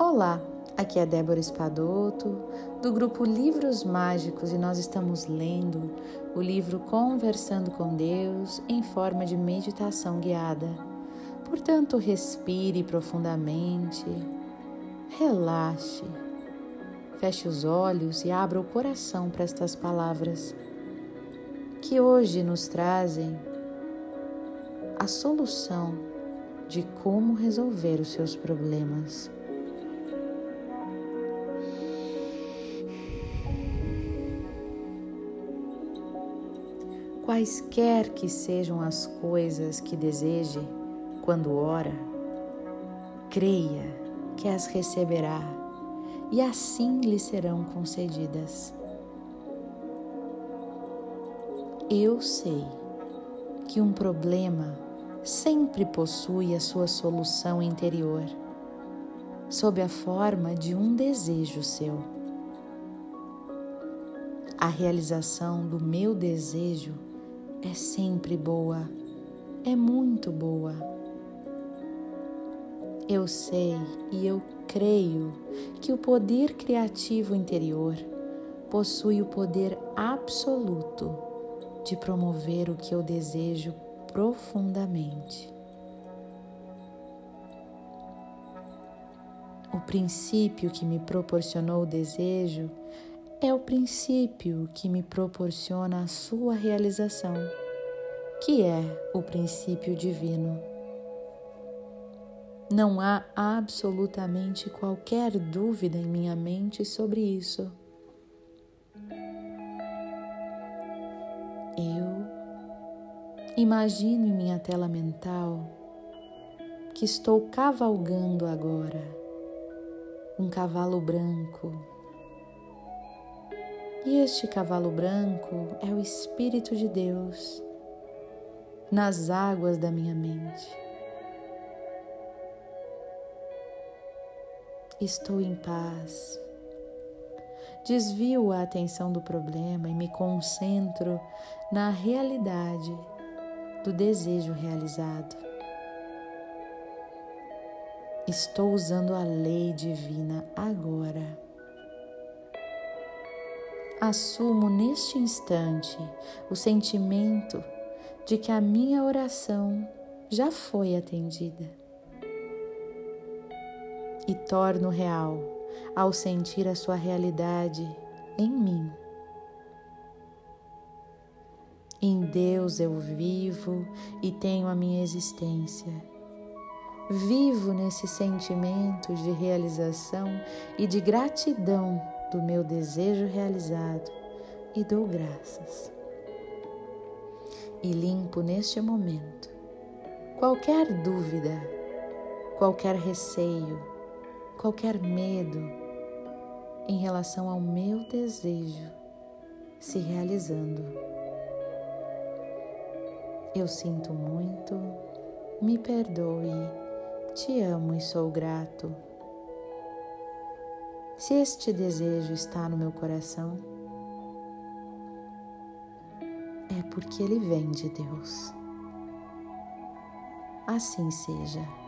Olá, aqui é Débora Espadoto, do grupo Livros Mágicos, e nós estamos lendo o livro Conversando com Deus em forma de meditação guiada. Portanto, respire profundamente, relaxe, feche os olhos e abra o coração para estas palavras que hoje nos trazem a solução de como resolver os seus problemas. Quaisquer que sejam as coisas que deseje quando ora, creia que as receberá e assim lhe serão concedidas. Eu sei que um problema sempre possui a sua solução interior, sob a forma de um desejo seu. A realização do meu desejo é sempre boa, é muito boa. Eu sei e eu creio que o poder criativo interior possui o poder absoluto de promover o que eu desejo profundamente. O princípio que me proporcionou o desejo é o princípio que me proporciona a sua realização, que é o princípio divino. Não há absolutamente qualquer dúvida em minha mente sobre isso. Eu imagino em minha tela mental que estou cavalgando agora um cavalo branco. E este cavalo branco é o Espírito de Deus nas águas da minha mente. Estou em paz. Desvio a atenção do problema e me concentro na realidade do desejo realizado. Estou usando a lei divina agora. Assumo neste instante o sentimento de que a minha oração já foi atendida. E torno real ao sentir a sua realidade em mim. Em Deus eu vivo e tenho a minha existência. Vivo nesse sentimento de realização e de gratidão do meu desejo realizado e dou graças. E limpo neste momento qualquer dúvida, qualquer receio, qualquer medo em relação ao meu desejo se realizando. Eu sinto muito, me perdoe, te amo e sou grato. Se este desejo está no meu coração, é porque ele vem de Deus. Assim seja.